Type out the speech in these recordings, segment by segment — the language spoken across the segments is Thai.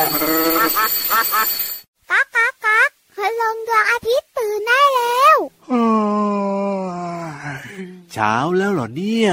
ก๊ากก๊ากก๊ากคืลงดวงอาทิตย์ตื่นได้แล้วเช้าแล้วเหรอเนี่ย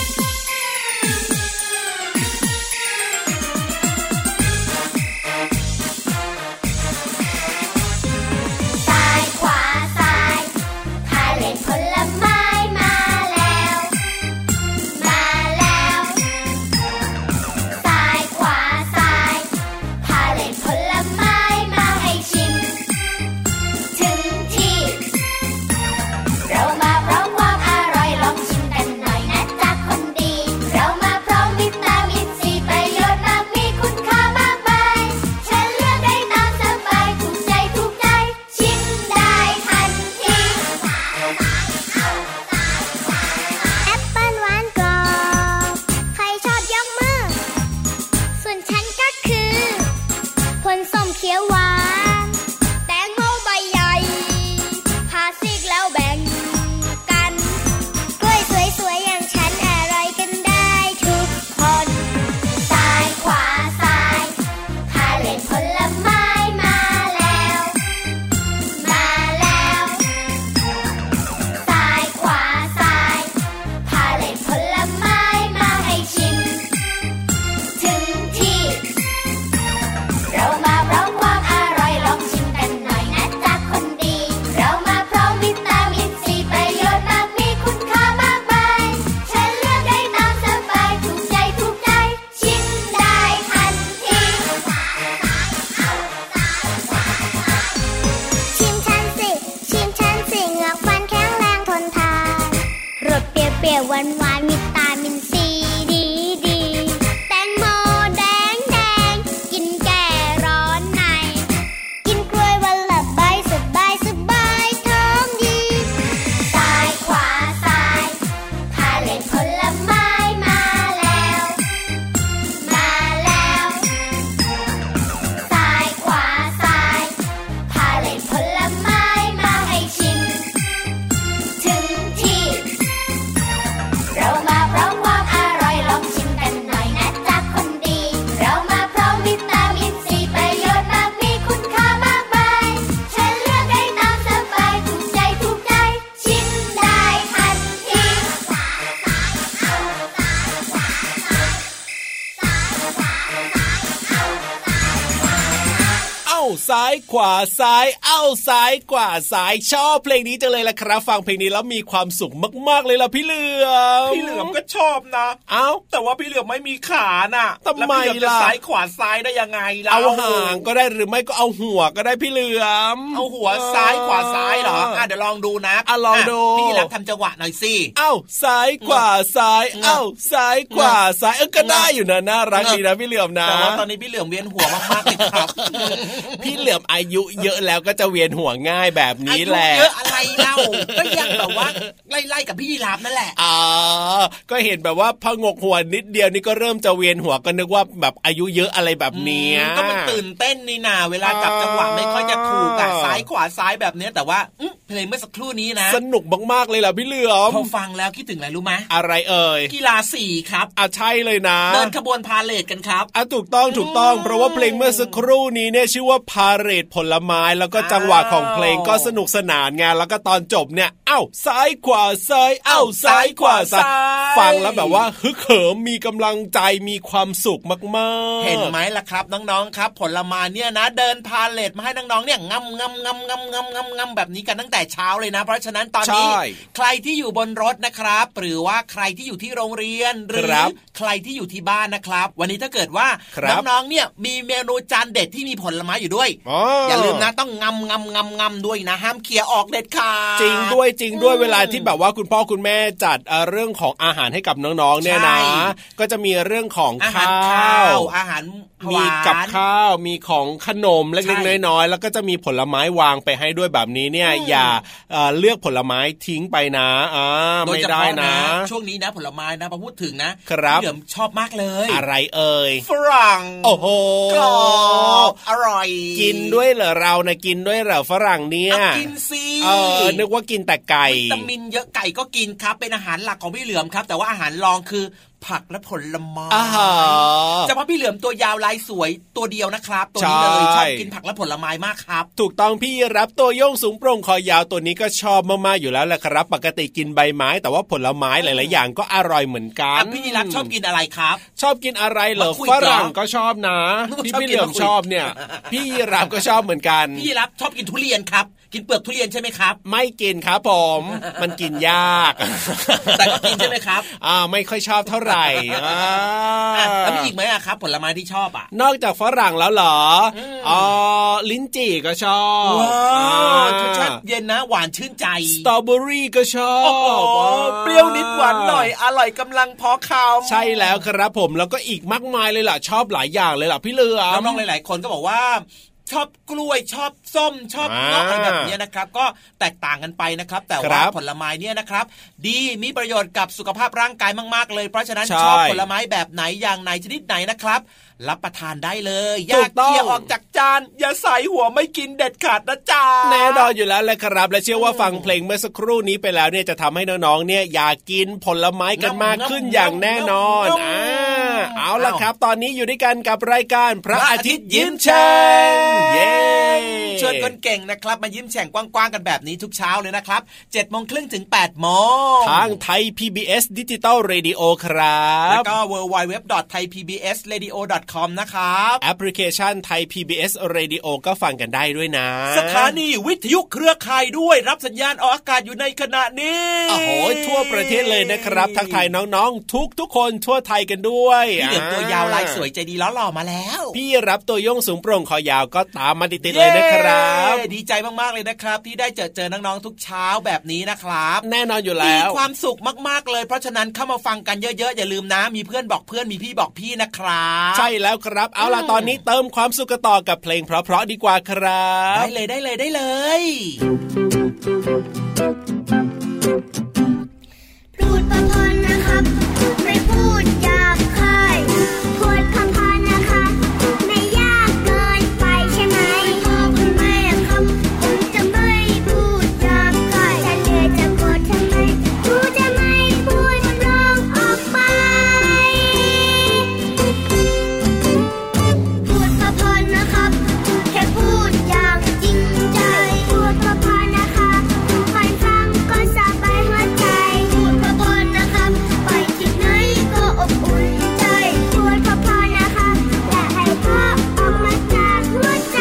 ซ้ายขวาซ้ายซ้ายขวาซ้ายชอบเพลงนี้จังเลยล่ะครับฟังเพลงนี้แล้วมีความสุขมากๆเลยล่ะพี่เหลือมก็ชอบนะแต่ว่าพี่เหลือมไม่มีขาน่ะทำไมล่ะซ้ายขวาซ้ายได้ยังไงล่ะเอาหางก็ได้หรือไม่ก็เอาหัวก็ได้พี่เหลือมเอาหัวซ้ายขวาซ้ายเหรอเดี๋ยวลองดูนะลองดูพี่รับทำจังหวะหน่อยสิซ้ายขวาซ้ายซ้ายขวาซ้ายก็ได้อยู่นะน่ารักดีนะพี่เหลือมนะแต่ว่าตอนนี้พี่เหลือมเวียนหัวมากๆเลยครับพี่เหลือมอายุเยอะแล้วก็จะเวียนหัวง่ายแบบนี้แหละอายุเยอะอะไรเล่าก็ยังแบบว่าไล่กับพี่ยีราฟนั่นแหละก็เห็นแบบว่าพงกหัวนิดเดียวนี่ก็เริ่มจะเวียนหัวก็นึกว่าแบบอายุเยอะอะไรแบบนี้ก็มันตื่นเต้นนี่นาเวลาจับจังหวะไม่ค่อยจะถูกซ้ายขวาซ้ายแบบนี้แต่ว่าเพลงเมื่อสักครู่นี้นะสนุกมากๆเลยล่ะพี่เหลือมพอฟังแล้วคิดถึงอะไรรู้ไหมอะไรเอ่ยกีฬาสีครับใช่เลยนะเดินขบวนพาเหรดกันครับถูกต้องเพราะว่าเพลงเมื่อสักครู่นี้เนี่ยชื่อว่าพาเหรดผลไม้แล้วก็จังหวะของเพลงก็สนุกสนานไงแล้วก็ตอนจบเนี่ยซ้ายขวาซ้ายซ้ายขวาซ้ายฟังแล้วแบบว่าฮึกเหิมมีกำลังใจมีความสุขมากๆเห็นไหมล่ะครับน้องๆครับผลไม้เนี่ยนะเดินพาเหรดมาให้น้องๆเนี่ยงำแบบนี้กันตั้งแต่เช้าเลยนะเพราะฉะนั้นตอนนี้ใครที่อยู่บนรถนะครับหรือว่าใครที่อยู่ที่โรงเรียนหรือใครที่อยู่ที่บ้านนะครับวันนี้ถ้าเกิดว่าน้องๆเนี่ยมีเมนูจานเด็ดที่มีผลไม้อยู่ด้วยอย่าลืมนะต้องงำด้วยนะห้ามเคี่ยออกเด็ดขาดจริงด้วยเวลาที่แบบว่าคุณพ่อคุณแม่จัดเรื่องของอาหารให้กับน้องๆเนี่ยนะก็จะมีเรื่องของข้าวอาหารมีกับข้าวมีของขนมเล็กๆน้อยๆแล้วก็จะมีผลไม้วางไปให้ด้วยแบบนี้เนี่ยอย่าเลือกผลไม้ทิ้งไปนะไม่ได้นะช่วงนี้นะผลไม้นะพอพูดถึงนะครับเหลือมชอบมากเลยอะไรเอ่ยฝรั่งโอ้โหกรอบอร่อยกินด้วยเหรอเรานะกินด้วยเหรอฝรั่งเนี่ยกินสินึกว่ากินแต่ไก่วิตามินเยอะไก่ก็กินครับเป็นอาหารหลักของพี่เหลือมครับแต่ว่าอาหารรองคือผักและผลไม้เฉพาะพี่เหลือมตัวยาวลายสวยตัวเดียวนะครับตัวนี้เลยชอบกินผักและผลไม้มากครับถูกต้องพี่รับตัวโยงสูงโปร่งคอยาวตัวนี้ก็ชอบมากๆอยู่แล้วแหละครับปกติกินใบไม้แต่ว่าผลไม้หลายๆอย่างก็อร่อยเหมือนกันพี่รับชอบกินอะไรครับชอบกินอะไรเหรอฝรั่งก็ชอบนะพี่เหลือมชอบเนี่ยพี่รับก็ชอบเหมือนกันพี่รับชอบกินทุเรียนครับกินเปลือกทุเรียนใช่ไหมครับไม่กินครับผมมันกินยากแต่ก็กินใช่ไหมครับไม่ค่อยชอบเท่าไหร่แล้วมีอีกไหมครับผลไม้ที่ชอบนอกจากฝรั่งแล้วเหรอลิ้นจี่ก็ชอบว้าวรสชาติเย็นนะหวานชื่นใจสตรอเบอรี่ก็ชอบเปรี้ยวนิดหวานหน่อยอร่อยกำลังพอคำใช่แล้วครับผมแล้วก็อีกมากมายเลยล่ะชอบหลายอย่างเลยล่ะพี่เหลือมน้องๆหลายๆคนก็บอกว่าชอบกล้วยชอบส้มชอบเงาะอะไรแบบนี้นะครับก็แตกต่างกันไปนะครับแต่ว่าผลไม้เนี่ยนะครับดีมีประโยชน์กับสุขภาพร่างกายมากๆเลยเพราะฉะนั้นชอบผลไม้แบบไหนอย่างไหนชนิดไหนนะครับรับประทานได้เลยอยากเคี่ยวออกจากจานอย่าใส่หัวไม่กินเด็ดขาดนะจ๊ะแน่นอนอยู่แล้วแหละครับและเชื่อว่าฟังเพลงเมื่อสักครู่นี้ไปแล้วเนี่ยจะทำให้น้องๆเนี่ยอยากกินผลไม้กันมากขึ้นอย่างแน่นอนเอาล่ะครับตอนนี้อยู่ด้วยกันกับรายการพระอาทิตย์ยิ้มแฉ่งเย้ชวนคนเก่งนะครับมายิ้มแฉ่งกว้างๆกันแบบนี้ทุกเช้าเลยนะครับ 7:30 นถึง 8:00 นทางไทย PBS Digital Radio ครับแล้วก็ www.thaipbsradio.com นะครับแอปพลิเคชันไทย PBS Radio ก็ฟังกันได้ด้วยนะสถานีวิทยุเครือข่ายด้วยรับสัญญาณออกอากาศอยู่ในขณะนี้โอ้โหทั่วประเทศเลยนะครับทักทายน้องๆทุกคนทั่วไทยกันด้วยพี่เหลือมตัวยาวลายสวยใจดีล้อหล่อมาแล้วพี่รับตัวโยงสูงโปร่งคอยาวก็ตามมาติดๆเลยนะครับดีใจมากๆเลยนะครับที่ได้เจอน้องๆทุกเช้าแบบนี้นะครับแน่นอนอยู่แล้วมีความสุขมากๆเลยเพราะฉะนั้นเข้ามาฟังกันเยอะๆอย่าลืมนะมีเพื่อนบอกเพื่อนมีพี่บอกพี่นะครับใช่แล้วครับเอาล่ะตอนนี้เติมความสุขต่อกับเพลงเพราะๆดีกว่าครับได้เลยพูดเพราะๆนะครับไม่พูดหยาบคายพูดคำพานะคะไม่ยากเกินไปใช่ไหมพ่อคุณแม่ครับผมจะไม่พูดหยาบคายจะเหนื่อยจะโกรธทำไมกูจะไม่พูดร้องออกไปพูดเพราะๆนะครับแค่พูดอย่างจริงใจพูดเพราะๆนะคะใครฟังก็สบายหัวใจพูดเพราะๆนะครับไปที่ไหนก็อบอุ่นใจพูดเพราะๆนะคะและให้เพราะออกมาจากหัวใจ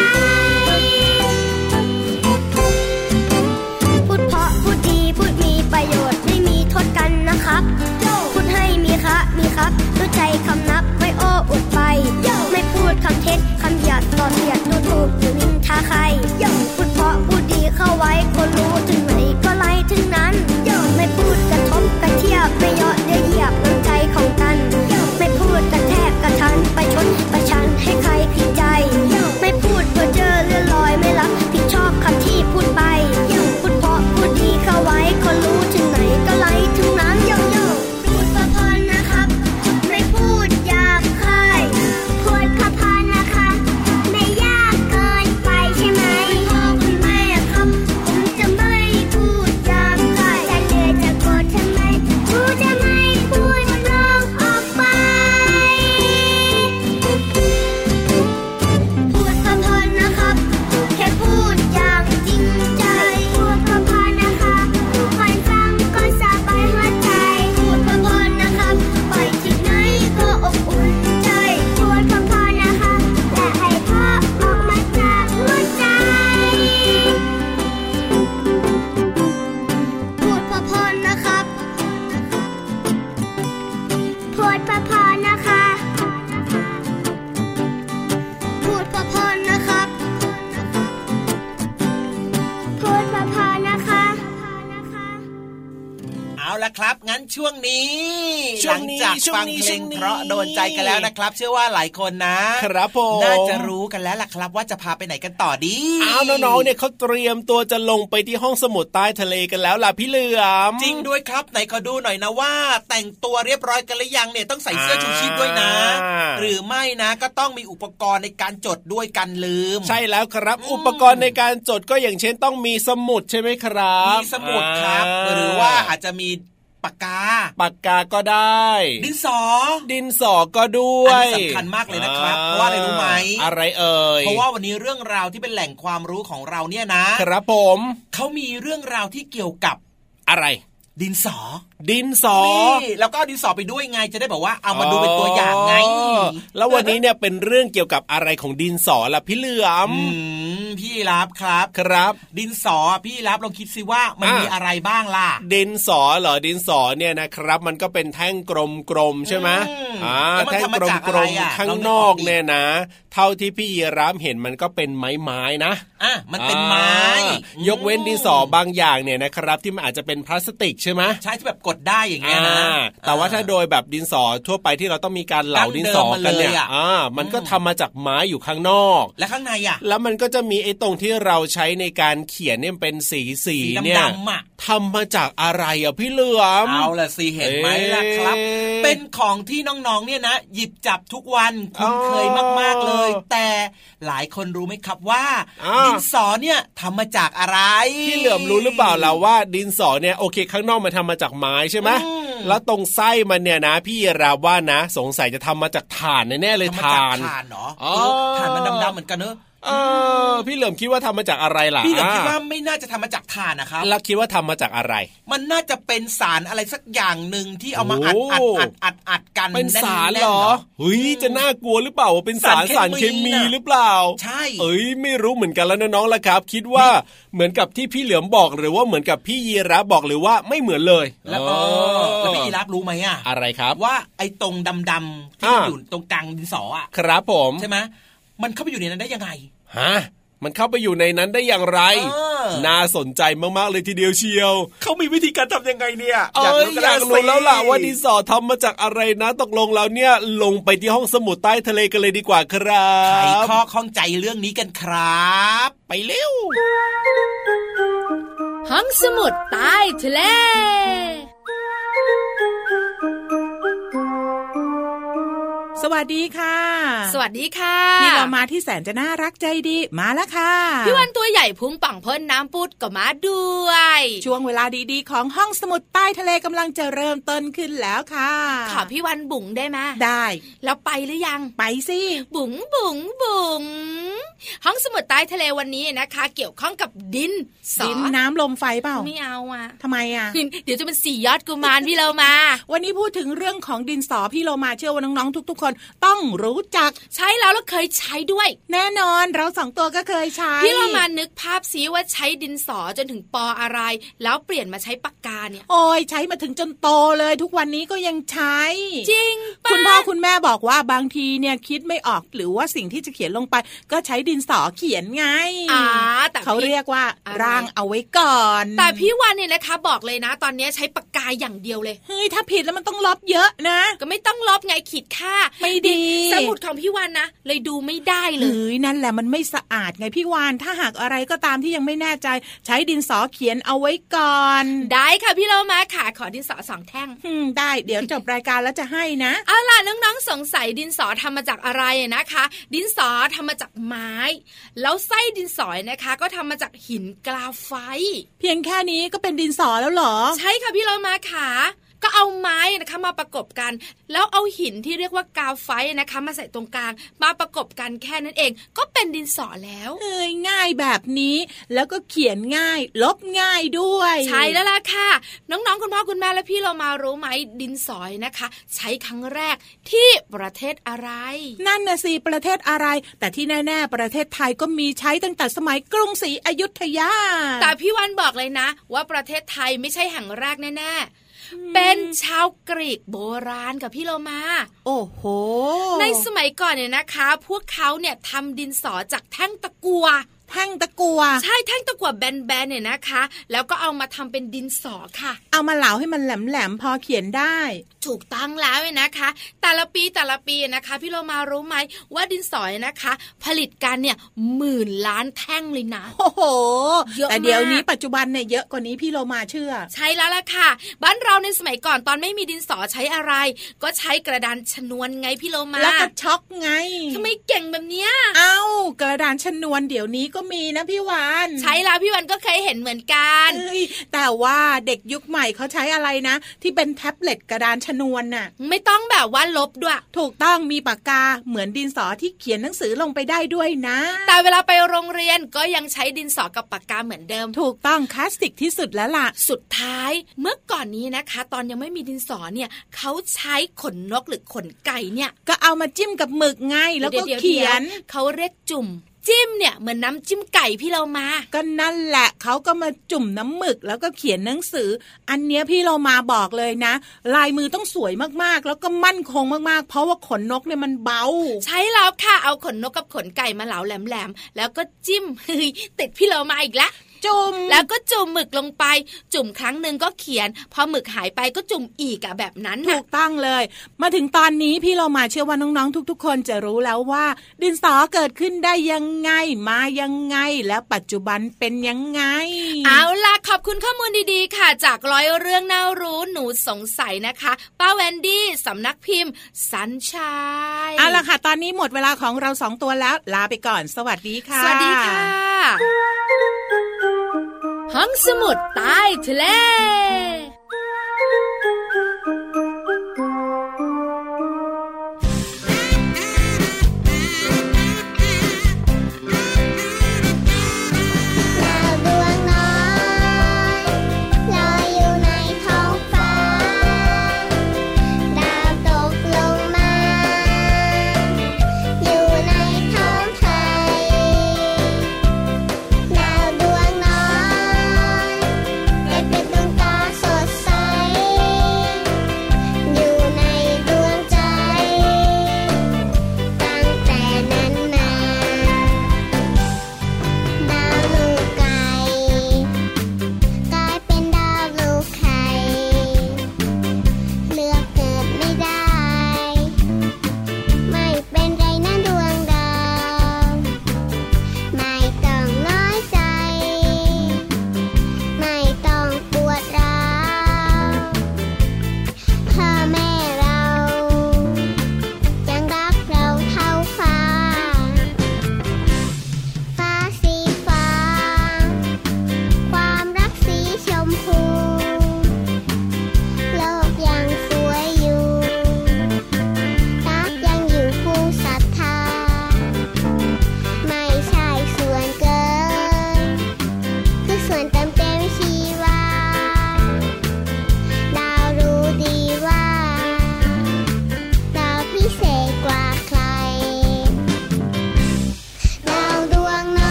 พูดเพราะพูดดีพูดมีประโยชน์ไม่มีโทษกันนะครับพูดให้มีคะมีครับรู้ใจคำนับไม่โอ้อวดไปไม่พูดคำเท็จคำหยาดต่อเสียดดูถูกหรือนินทาใครพูดเพราะพูดดีเข้าไว้คนรู้ถึงไหนก็ไล่ถึงนั้นไม่พูดกระทบกระเทียบไม่เยาะเย้ยเหยียบน้ำใจของกันไม่พูดกระแทกกระทันไปชนประชันให้ใครผิดใจไม่พูดเพ้อเจ้อเลื่อนลอยไม่รับผิดชอบคำที่พูดไปพูดเพราะพูดดีเข้าไว้คนรู้ถึงไหนก็ไล่ถึงนั้นพูดเพราะๆนะครับไม่พูดหยาบคายพูดคำพานะคะไม่ยากเกินไปใช่ไหมพ่อคุณแม่ครับผมจะไม่พูดหยาบคายจะเหนื่อยจะโกรธทำไมกูจะไม่พูดร้องออกไปพูดเพราะๆนะครับแค่พูดอย่างจริงใจพูดเพราะๆนะคะใครฟังก็สบายหัวใจพูดเพราะๆนะครับไปที่ไหนก็อบอุ่นใจพูดเพราะๆนะคะและให้เพราะออกมาจากหัวใจพูดเพราะๆนะครับพูดเพราะๆนะคะพูดเพราะๆนะครับพูดเพราะๆนะคะเอาละครับงั้นช่วงนี้หลังจากฟังเพลงเพราะโดนใจกันแล้วนะครับเชื่อว่าหลายคนนะครับผมน่าจะรู้กันแล้วล่ะครับว่าจะพาไปไหนกันต่อดีน้องๆเนี่ยเขาเตรียมตัวจะลงไปที่ห้องสมุดใต้ทะเลกันแล้วล่ะพี่เหลือมจริงด้วยครับไหนขอดูหน่อยนะว่าแต่งตัวเรียบร้อยกันหรือยังเนี่ยต้องใส่เสื้อชูชีพด้วยนะหรือไม่นะก็ต้องมีอุปกรณ์ในการจดด้วยกันลืมใช่แล้วครับอุปกรณ์ในการจดก็อย่างเช่นต้องมีสมุดใช่ไหมครับมีสมุดครับหรือว่าอาจจะมีปากกาก็ได้ดินสอก็ด้วยอันนี้สำคัญมากเลยนะครับเพราะว่าอะไรรู้ไหมอะไรเอ่ยเพราะว่าวันนี้เรื่องราวที่เป็นแหล่งความรู้ของเราเนี่ยนะครับผมเขามีเรื่องราวที่เกี่ยวกับอะไรดินสอนี่แล้วก็ดินสอไปด้วยไงจะได้บอกว่าเอามาดูเป็นตัวอย่างไงแล้ววันนี้เนี่ยเป็นเรื่องเกี่ยวกับอะไรของดินสอล่ะพี่เหลือมพี่รับครับดินสอพี่รับลองคิดสิว่ามันมีอะไรบ้างล่ะดินสอเหรอดินสอเนี่ยนะครับมันก็เป็นแท่งกลมๆใช่ไหมแท่งกลมๆข้างนอกเนี่ยนะเท่าที่พี่รับเห็นมันก็เป็นไม้นะมันเป็นไม้ยกเว้นดินสอบางอย่างเนี่ยนะครับที่มันอาจจะเป็นพลาสติกใช่ไหมใช่ที่แบบกดได้อย่างเงี้ยนะแต่ว่าถ้าโดยแบบดินสอทั่วไปที่เราต้องมีการเหลาดินสอกันเนี่ยมันก็ทำมาจากไม้อยู่ข้างนอกและข้างในแล้วมันก็จะมีไอ้ตรงที่เราใช้ในการเขียนเนี่ยเป็นสีเนี่ยทำมาจากอะไรพี่เหลือมเอาล่ะสิเห็นไหมล่ะครับเป็นของที่น้องๆเนี่ยนะหยิบจับทุกวันคุ้นเคยมากๆเลยแต่หลายคนรู้ไหมครับว่าดินสอเนี่ยทำมาจากอะไรพี่เหลือมรู้หรือเปล่าล่ะว่าดินสอเนี่ยโอเคข้างนอกมันทำมาจากไม้ใช่ไหมแล้วตรงไส้มันเนี่ยนะพี่ราว่านะสงสัยจะทำมาจากถ่านแน่ๆเลยถ่านเหรอถ่านมันดำๆเหมือนกันเนอะพี่เหลิมคิดว่าทำมาจากอะไรล่ะพี่เหลิมคิดว่าไม่น่าจะทำมาจากถ่านนะครับแล้วคิดว่าทำมาจากอะไรมันน่าจะเป็นสารอะไรสักอย่างหนึ่งที่เอามาอัดกันเป็นสารเหรอเฮ้ยจะน่ากลัวหรือเปล่าว่าเป็นสารเคมีหรือเปล่าใช่ไม่รู้เหมือนกันแล้วน้องๆล่ะครับคิดว่าเหมือนกับที่พี่เหลิมบอกหรือว่าเหมือนกับพี่ยีราฟบอกหรือว่าไม่เหมือนเลยแล้วพี่ยีราฟรู้ไหมอะไรครับว่าไอ้ตรงดำๆที่อยู่ตรงกลางดินสอครับผมใช่ไหมมันเข้าไปอยู่ในนั้นได้ยังไงมันเข้าไปอยู่ในนั้นได้อย่างไรน่าสนใจมากๆเลยทีเดียวเชียวเขามีวิธีการทำยังไงเนี่ยอยากรู้แล้วล่ะว่าดินสอทำมาจากอะไรนะตกลงแล้วเนี่ยลงไปที่ห้องสมุดใต้ทะเลกันเลยดีกว่าครับไขข้อข้องใจเรื่องนี้กันครับไปเร็วห้องสมุดใต้ทะเลสวัสดีค่ะสวัสดีค่ะพี่เรามาที่แสนจะน่ารักใจดีมาแล้วค่ะพี่วันตัวใหญ่พุงป่องพ่นน้ำปุดก็มาด้วยช่วงเวลาดีๆของห้องสมุดใต้ทะเลกำลังจะเริ่มต้นขึ้นแล้วค่ะขอพี่วันบุ๋งได้ไหมได้แล้วไปหรือยังไปสิบุ๋งห้องสมุดใต้ทะเลวันนี้นะคะเกี่ยวข้องกับดินน้ำลมไฟเปล่าไม่เอาทำไมเดี๋ยวจะเป็น4 ยอดกุมารพี่เรามาวันนี้พูดถึงเรื่องของดินสอพี่เรามาเชื่อว่าน้องๆทุกๆคนต้องรู้จักใช้แล้วเคยใช้ด้วยแน่นอนเรา2ตัวก็เคยใช้พี่เรามานึกภาพซิว่าใช้ดินสอจนถึงปออะไรแล้วเปลี่ยนมาใช้ปากกาเนี่ยโอ้ยใช้มาถึงจนโตเลยทุกวันนี้ก็ยังใช้จริงคุณพ่อคุณแม่บอกว่าบางทีเนี่ยคิดไม่ออกหรือว่าสิ่งที่จะเขียนลงไปก็ใช้ดินสอเขียนไงแต่เขาเรียกว่าร่างเอาไว้ก่อนแต่พี่วันเนี่ยนะคะบอกเลยนะตอนนี้ใช้ปากกาอย่างเดียวเลยเฮ้ยถ้าผิดแล้วมันต้องลบเยอะนะก็ไม่ต้องลบไงขีดค่าไม่ดีสมุดของพี่วานนะเลยดูไม่ได้เลยนั่นแหละมันไม่สะอาดไงพี่วานถ้าหากอะไรก็ตามที่ยังไม่แน่ใจใช้ดินสอเขียนเอาไว้ก่อนได้ค่ะพี่โลมาค่ะขอดินสอ2 แท่งได้เดี๋ยวจบรายการแล้วจะให้นะเอาล่ะน้องๆสงสัยดินสอทำมาจากอะไรนะคะดินสอทำมาจากไม้แล้วไส้ดินสอนะคะก็ทำมาจากหินกราไฟต์เพียงแค่นี้ก็เป็นดินสอแล้วเหรอใช่ค่ะพี่โลมาค่ะก็เอาไม้นะคะมาประกบกันแล้วเอาหินที่เรียกว่ากราไฟต์นะคะมาใส่ตรงกลางมาประกบกันแค่นั้นเองก็เป็นดินสอแล้วง่ายแบบนี้แล้วก็เขียนง่ายลบง่ายด้วยใช่แล้วล่ะค่ะน้องๆคุณพ่อคุณแม่และพี่เรามารู้ไหมดินสอนะคะใช้ครั้งแรกที่ประเทศอะไรนั่นน่ะสิประเทศอะไรแต่ที่แน่ๆประเทศไทยก็มีใช้ตั้งแต่สมัยกรุงศรีอยุธยาแต่พี่วันบอกเลยนะว่าประเทศไทยไม่ใช่แห่งแรกแน่ๆเป็นชาวกรีกโบราณกับพี่โลมาโอ้โหในสมัยก่อนเนี่ยนะคะพวกเขาเนี่ยทำดินสอจากแท่งตะกั่วแท่งตะกั่วใช่แท่งตะกั่วแบนๆเนี่ยนะคะแล้วก็เอามาทำเป็นดินสอค่ะเอามาเหลาให้มันแหลมๆพอเขียนได้ถูกต้องแล้วนะคะแต่ละปีนะคะพี่โลมารู้ไหมว่าดินสอนะคะผลิตกันเนี่ย10,000 ล้านแท่งเลยนะโอ้โหแต่เดี๋ยวนี้ปัจจุบันเนี่ยเยอะกว่านี้พี่โลมาเชื่อใช่แล้วล่ะค่ะบ้านเราในสมัยก่อนตอนไม่มีดินสอใช้อะไรก็ใช้กระดานชนวนไงพี่โลมาแล้วก็ช็อกไงทำไมเก่งแบบเนี้ยกระดานชนวนเดี๋ยวนี้ก็มีนะพี่วานใช่แล้วพี่วานก็เคยเห็นเหมือนกันแต่ว่าเด็กยุคใหม่เขาใช้อะไรนะที่เป็นแท็บเล็ตกระดานชนวนน่ะไม่ต้องแบบว่าลบด้วยถูกต้องมีปากกาเหมือนดินสอที่เขียนหนังสือลงไปได้ด้วยนะแต่เวลาไปโรงเรียนก็ยังใช้ดินสอกับปากกาเหมือนเดิมถูกต้องคลาสสิกที่สุดแล้วล่ะสุดท้ายเมื่อก่อนนี้นะคะตอนยังไม่มีดินสอเนี่ยเขาใช้ขนนกหรือขนไก่เนี่ยก็เอามาจิ้มกับหมึกไงแล้วก็เขียนเขาเรียกจุ่มจิ้มเนี่ยเหมือนน้ำจิ้มไก่พี่เรามาก็นั่นแหละเขาก็มาจุ่มน้ำหมึกแล้วก็เขียนหนังสืออันเนี้ยพี่เรามาบอกเลยนะลายมือต้องสวยมากๆแล้วก็มั่นคงมากๆเพราะว่าขนนกเนี่ยมันเบาใช่แล้วค่ะเอาขนนกกับขนไก่มาเหลาแหลมๆแล้วก็จิ้มติดพี่เรามาอีกแล้วจุ่มแล้วก็จุ่มหมึกลงไปจุ่มครั้งนึงก็เขียนพอหมึกหายไปก็จุ่มอีกแบบนั้นถูกต้องเลยมาถึงตอนนี้พี่เรามาเชื่อว่าน้องๆทุกๆคนจะรู้แล้วว่าดินสอเกิดขึ้นได้ยังไงมายังไงและปัจจุบันเป็นยังไงเอาล่ะขอบคุณข้อมูลดีๆค่ะจากร้อยเรื่องน่ารู้หนูสงสัยนะคะป้าแวนดี้สำนักพิมพ์สัญชัยเอาล่ะค่ะตอนนี้หมดเวลาของเรา2ตัวแล้วลาไปก่อนสวัสดีค่ะสวัสดีค่ะห้องสมุดใต้ทะเลส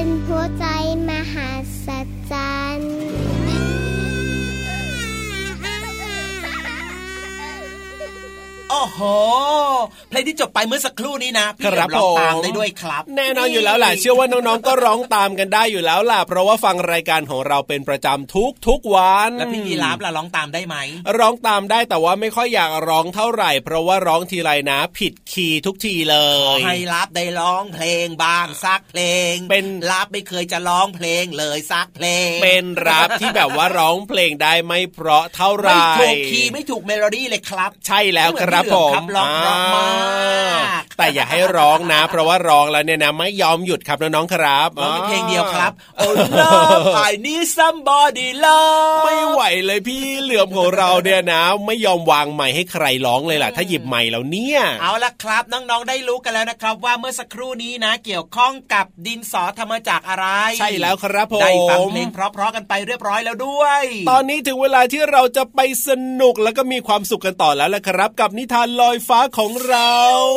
หัวใจมหัศจรรย์โอ้โหเพลงที่จบไปเมื่อสักครู่นี้นะพี่ร้องตามได้ด้วยครับแน่นอนอยู่แล้วแหละเชื่อว่าน้องๆก็ร้องตามกันได้อยู่แล้วล่ะเพราะว่าฟังรายการของเราเป็นประจำทุกวันแล้วพี่ยีราฟล่ะร้องตามได้ไหมร้องตามได้แต่ว่าไม่ค่อยอยากร้องเท่าไหร่เพราะว่าร้องทีไรนะผิดคีย์ทุกทีเลยให้รับได้ร้องเพลงบ้างสักเพลงเป็นรับไม่เคยจะร้องเพลงเลยสักเพลงเป็นรับที่แบบว่าร้องเพลงได้ไม่เพราะเท่าไหร่ไม่ถูกคีย์ไม่ถูกเมโลดี้เลยครับใช่แล้วครับผมร้องมากแต่อย่าให้ร้องนะเพราะว่าร้องแล้วเนี่ยนะไม่ยอมหยุดครับน้องๆครับมีเพลงเดียวครับ Oh love I need somebody love ไม่ไหวเลยพี่เหลือมของเราเนี่ยนะไม่ยอมวางไมค์ให้ใครร้องเลยล่ะถ้าหยิบไมค์แล้วเนี่ยเอาล่ะครับน้องๆได้รู้กันแล้วนะครับว่าเมื่อสักครู่นี้นะเกี่ยวข้องกับดินสอทำมาจากอะไรใช่แล้วครับผมได้ฟังเพลงเพราะๆกันไปเรียบร้อยแล้วด้วยตอนนี้ถึงเวลาที่เราจะไปสนุกแล้วก็มีความสุขกันต่อแล้วล่ะครับกับนิทานลอยฟ้าของเรา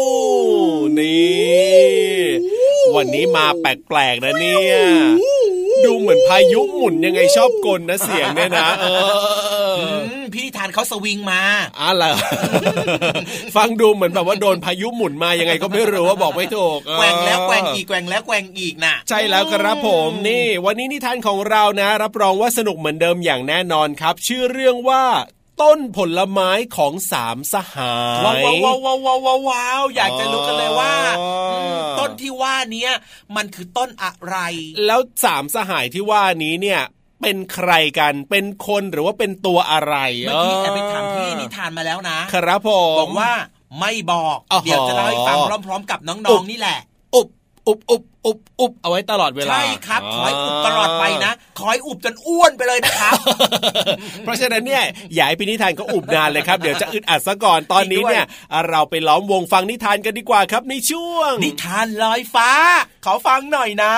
นี่วันนี้มาแปลกๆนะเนี่ยดูเหมือนพายุหมุนยังไงชอบกลนะเสียงเนี่ยนะพี่นิทานเขาสวิงมาอะไรฟังดูเหมือนแบบว่าโดนพายุหมุนมายังไงก็ไม่รู้ว่าบอกไม่ถูกแกว่งแล้วแกว่งอีกแกว่งแล้วแกว่งอีกนะใช่แล้วครับผมนี่วันนี้นิทานของเรานะรับรองว่าสนุกเหมือนเดิมอย่างแน่นอนครับชื่อเรื่องว่าต้นผลไม้ของสามสหายว้าวอยากจะรู้กันเลยว่าต้นที่ว่านี้มันคือต้นอะไรแล้วสามสหายที่ว่านี้เนี่ยเป็นใครกันเป็นคนหรือว่าเป็นตัวอะไรเมื่อกี้แอบไปถามพี่นิทานมาแล้วนะครับผมบอกว่าไม่บอกเดี๋ยวจะเล่าให้ฟังพร้อมๆกับน้องๆนี่แหละอุบเอาไว้ตลอดเวลาใช่ครับขอให้อุบตลอดไปนะขอให้อุบจนอ้วนไปเลยนะครับเพราะฉะนั้นเนี่ยอย่าให้พี่นิทานก็อุบนานเลยครับเดี๋ยวจะอึดอัดซะก่อนตอนนี้เนี่ยเราไปล้อมวงฟังนิทานกันดีกว่าครับในช่วงนิทานลอยฟ้าขอฟังหน่อยนะ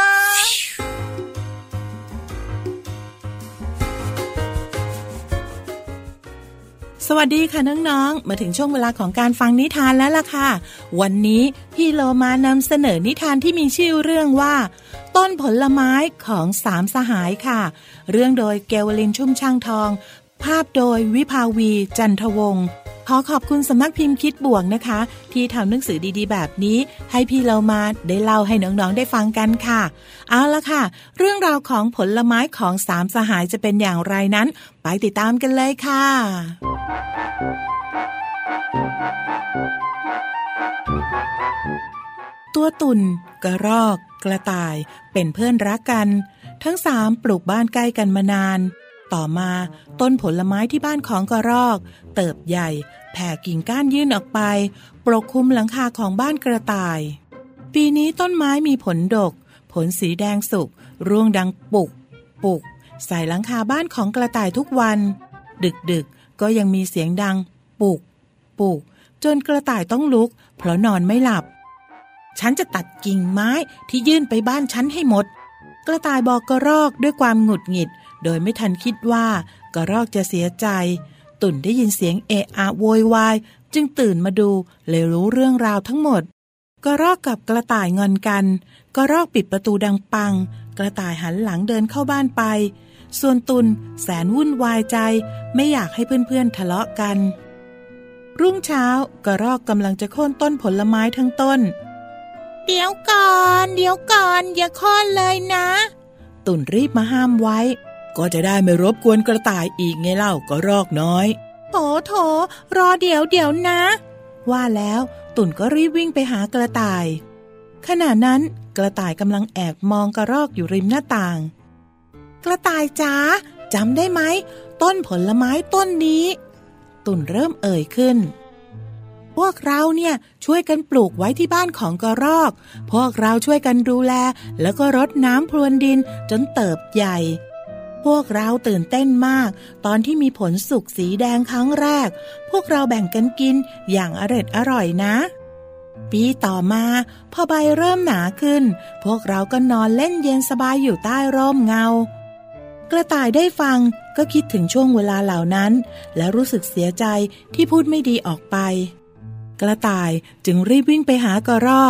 สวัสดีค่ะน้องๆมาถึงช่วงเวลาของการฟังนิทานแล้วล่ะค่ะวันนี้พี่โลมานำเสนอนิทานที่มีชื่อเรื่องว่าต้นผลไม้ของสามสหายค่ะเรื่องโดยเกวลินชุ่มช่างทองภาพโดยวิภาวีจันทวงศ์ขอขอบคุณสำนักพิมพ์คิดบวกนะคะที่ทำหนังสือดีๆแบบนี้ให้พี่เรามาได้เล่าให้น้องๆได้ฟังกันค่ะเอาละค่ะเรื่องราวของผลไม้ของสามสหายจะเป็นอย่างไรนั้นไปติดตามกันเลยค่ะตัวตุ่นกระรอกกระต่ายเป็นเพื่อนรักกันทั้งสามปลูกบ้านใกล้กันมานานต่อมาต้นผลไม้ที่บ้านของกระรอกเติบใหญ่แผ่กิ่งก้านยื่นออกไปปกคลุมหลังคาของบ้านกระต่ายปีนี้ต้นไม้มีผลดกผลสีแดงสุกร่วงดังปุกใส่หลังคาบ้านของกระต่ายทุกวันดึกก็ยังมีเสียงดังปุกจนกระต่ายต้องลุกเพราะนอนไม่หลับฉันจะตัดกิ่งไม้ที่ยื่นไปบ้านฉันให้หมดกระต่ายบอกกระรอกด้วยความหงุดหงิดโดยไม่ทันคิดว่ากระรอกจะเสียใจตุ่นได้ยินเสียงเอะอะโวยวายจึงตื่นมาดูเลยรู้เรื่องราวทั้งหมดกระรอกกับกระต่ายงอนกันกระรอกปิดประตูดังปังกระต่ายหันหลังเดินเข้าบ้านไปส่วนตุ่นแสนวุ่นวายใจไม่อยากให้เพื่อนๆทะเลาะกันรุ่งเช้ากระรอกกำลังจะโค่นต้นผลไม้ทั้งต้นเดี๋ยวก่อนอย่าโค่นเลยนะตุ่นรีบมาห้ามไว้ก็จะได้ไม่รบกวนกระต่ายอีกไงเล่ากระรอกน้อยโถรอเดี๋ยวนะว่าแล้วตุ่นก็รีบวิ่งไปหากระต่ายขณะนั้นกระต่ายกำลังแอบมองกระรอกอยู่ริมหน้าต่างกระต่ายจ๋าจำได้ไหมต้นผลไม้ต้นนี้ตุ่นเริ่มเอ่ยขึ้นพวกเราเนี่ยช่วยกันปลูกไว้ที่บ้านของกระรอกพวกเราช่วยกันดูแลแล้วก็รดน้ำพรวนดินจนเติบใหญ่พวกเราตื่นเต้นมากตอนที่มีผลสุกสีแดงครั้งแรกพวกเราแบ่งกันกินอย่างอร่อยนะปีต่อมาพอใบเริ่มหนาขึ้นพวกเราก็นอนเล่นเย็นสบายอยู่ใต้ร่มเงากระต่ายได้ฟังก็คิดถึงช่วงเวลาเหล่านั้นและรู้สึกเสียใจที่พูดไม่ดีออกไปกระต่ายจึงรีบวิ่งไปหากระรอก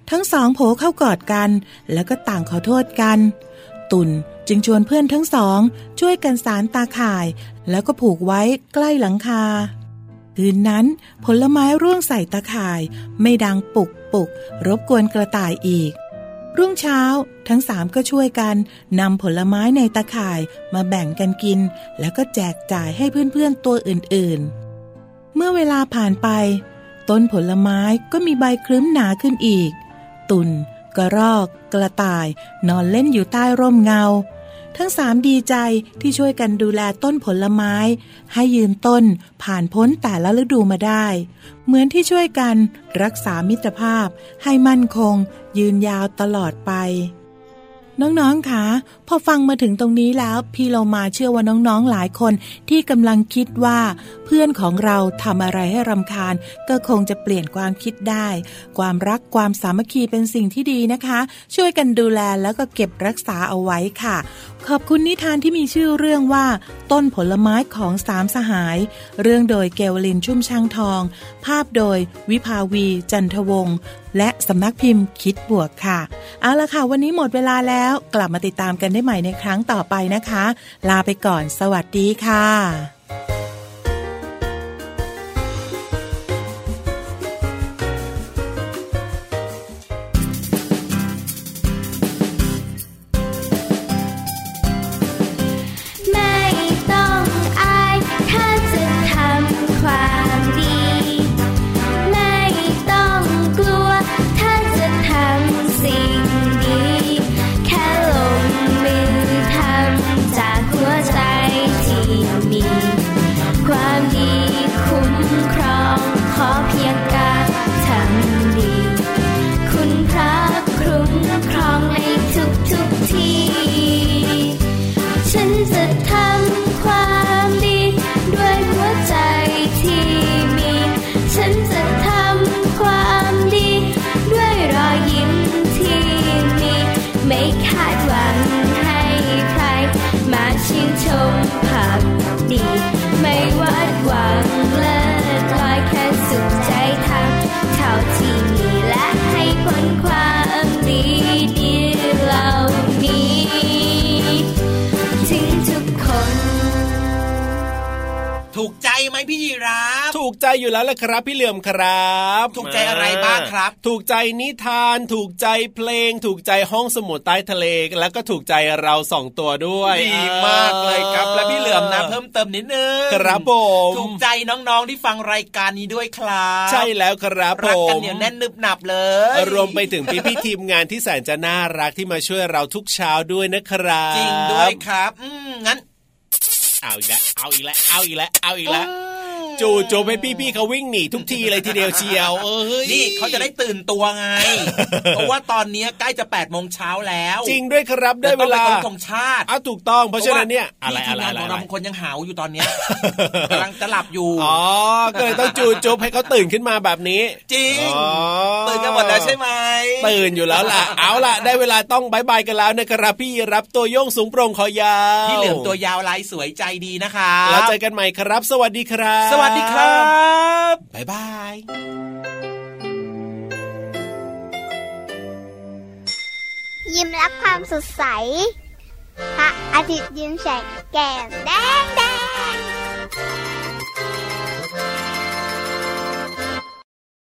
ทั้งสองโผล่เข้ากอดกันแล้วก็ต่างขอโทษกันตุ่นจึงชวนเพื่อนทั้งสองช่วยกันสานตาข่ายแล้วก็ผูกไว้ใกล้หลังคาคืนนั้นผลไม้ร่วงใส่ตาข่ายไม่ดังปุกปุกรบกวนกระต่ายอีกรุ่งเช้าทั้งสามก็ช่วยกันนำผลไม้ในตาข่ายมาแบ่งกันกินแล้วก็แจกจ่ายให้เพื่อนๆตัวอื่นๆเมื่อเวลาผ่านไปต้นผลไม้ก็มีใบครึ้มหนาขึ้นอีกตุ่นกระรอกกระต่ายนอนเล่นอยู่ใต้ร่มเงาทั้งสามดีใจที่ช่วยกันดูแลต้นผลไม้ให้ยืนต้นผ่านพ้นแต่ละฤดูมาได้เหมือนที่ช่วยกันรักษามิตรภาพให้มั่นคงยืนยาวตลอดไปน้องๆคะพอฟังมาถึงตรงนี้แล้วพี่เรามาเชื่อว่าน้องๆหลายคนที่กำลังคิดว่าเพื่อนของเราทำอะไรให้รำคาญก็คงจะเปลี่ยนความคิดได้ความรักความสามัคคีเป็นสิ่งที่ดีนะคะช่วยกันดูแลแล้วก็เก็บรักษาเอาไว้ค่ะขอบคุณนิทานที่มีชื่อเรื่องว่าต้นผลไม้ของสามสหายเรื่องโดยเกวลินชุ่มช่างทองภาพโดยวิภาวีจันทวงศ์และสำนักพิมพ์คิดบวกค่ะเอาล่ะค่ะวันนี้หมดเวลาแล้วกลับมาติดตามกันได้ใหม่ในครั้งต่อไปนะคะลาไปก่อนสวัสดีค่ะถูกใจไหมพี่ยีราฟถูกใจอยู่แล้วแหละครับพี่เหลื่อมครับถูกใจอะไรบ้างครับถูกใจนิทานถูกใจเพลงถูกใจห้องสมุดใต้ทะเลแล้วก็ถูกใจเรา2ตัวด้วยดีมากเลยครับและพี่เหลื่อมนะเพิ่มเติมนิดนึงครับผมถูกใจน้องๆที่ฟังรายการนี้ด้วยครับใช่แล้วครับผมรักกันเหนียวแน่นนึบหนับเลยรวมไปถึงพี่ๆทีมงานที่แสนจะน่ารักที่มาช่วยเราทุกเช้าด้วยนะครับจริงด้วยครับงั้นเอาอีกแล้วเอาอีกแล้วจู่ๆให้พี่ๆเขาวิ่งหนีทุกทีเลยทีเดียวเชียวนี่เขาจะได้ตื่นตัวไง เพราะว่าตอนนี้ใกล้จะ 8:00 น.แล้วจริงด้วยครับได้เวลาของชาติถูกต้องเพราะฉะนั้นเนี่ยอะไรของเราบางคนยังหาวอยู่ตอนนี้กำลังจะหลับอยู่ก็เลยต้องจู่ๆให้เขาตื่นขึ้นมาแบบนี้จริงตื่นกันหมดแล้วใช่ไหมตื่นอยู่แล้วล่ะเอาล่ะได้เวลาต้องบ๊ายบายกันแล้วนะครับพี่รับตัวโยงสูงโปร่งคอยาวพี่เหลือมตัวยาวลายสวยใจดีนะคะแล้วเจอกันใหม่ครับสวัสดีครับสวัสดีครับบ๊ายบายยิ้มรับความสดใสพระอาทิตย์ยิ้มแฉกแก้มแดง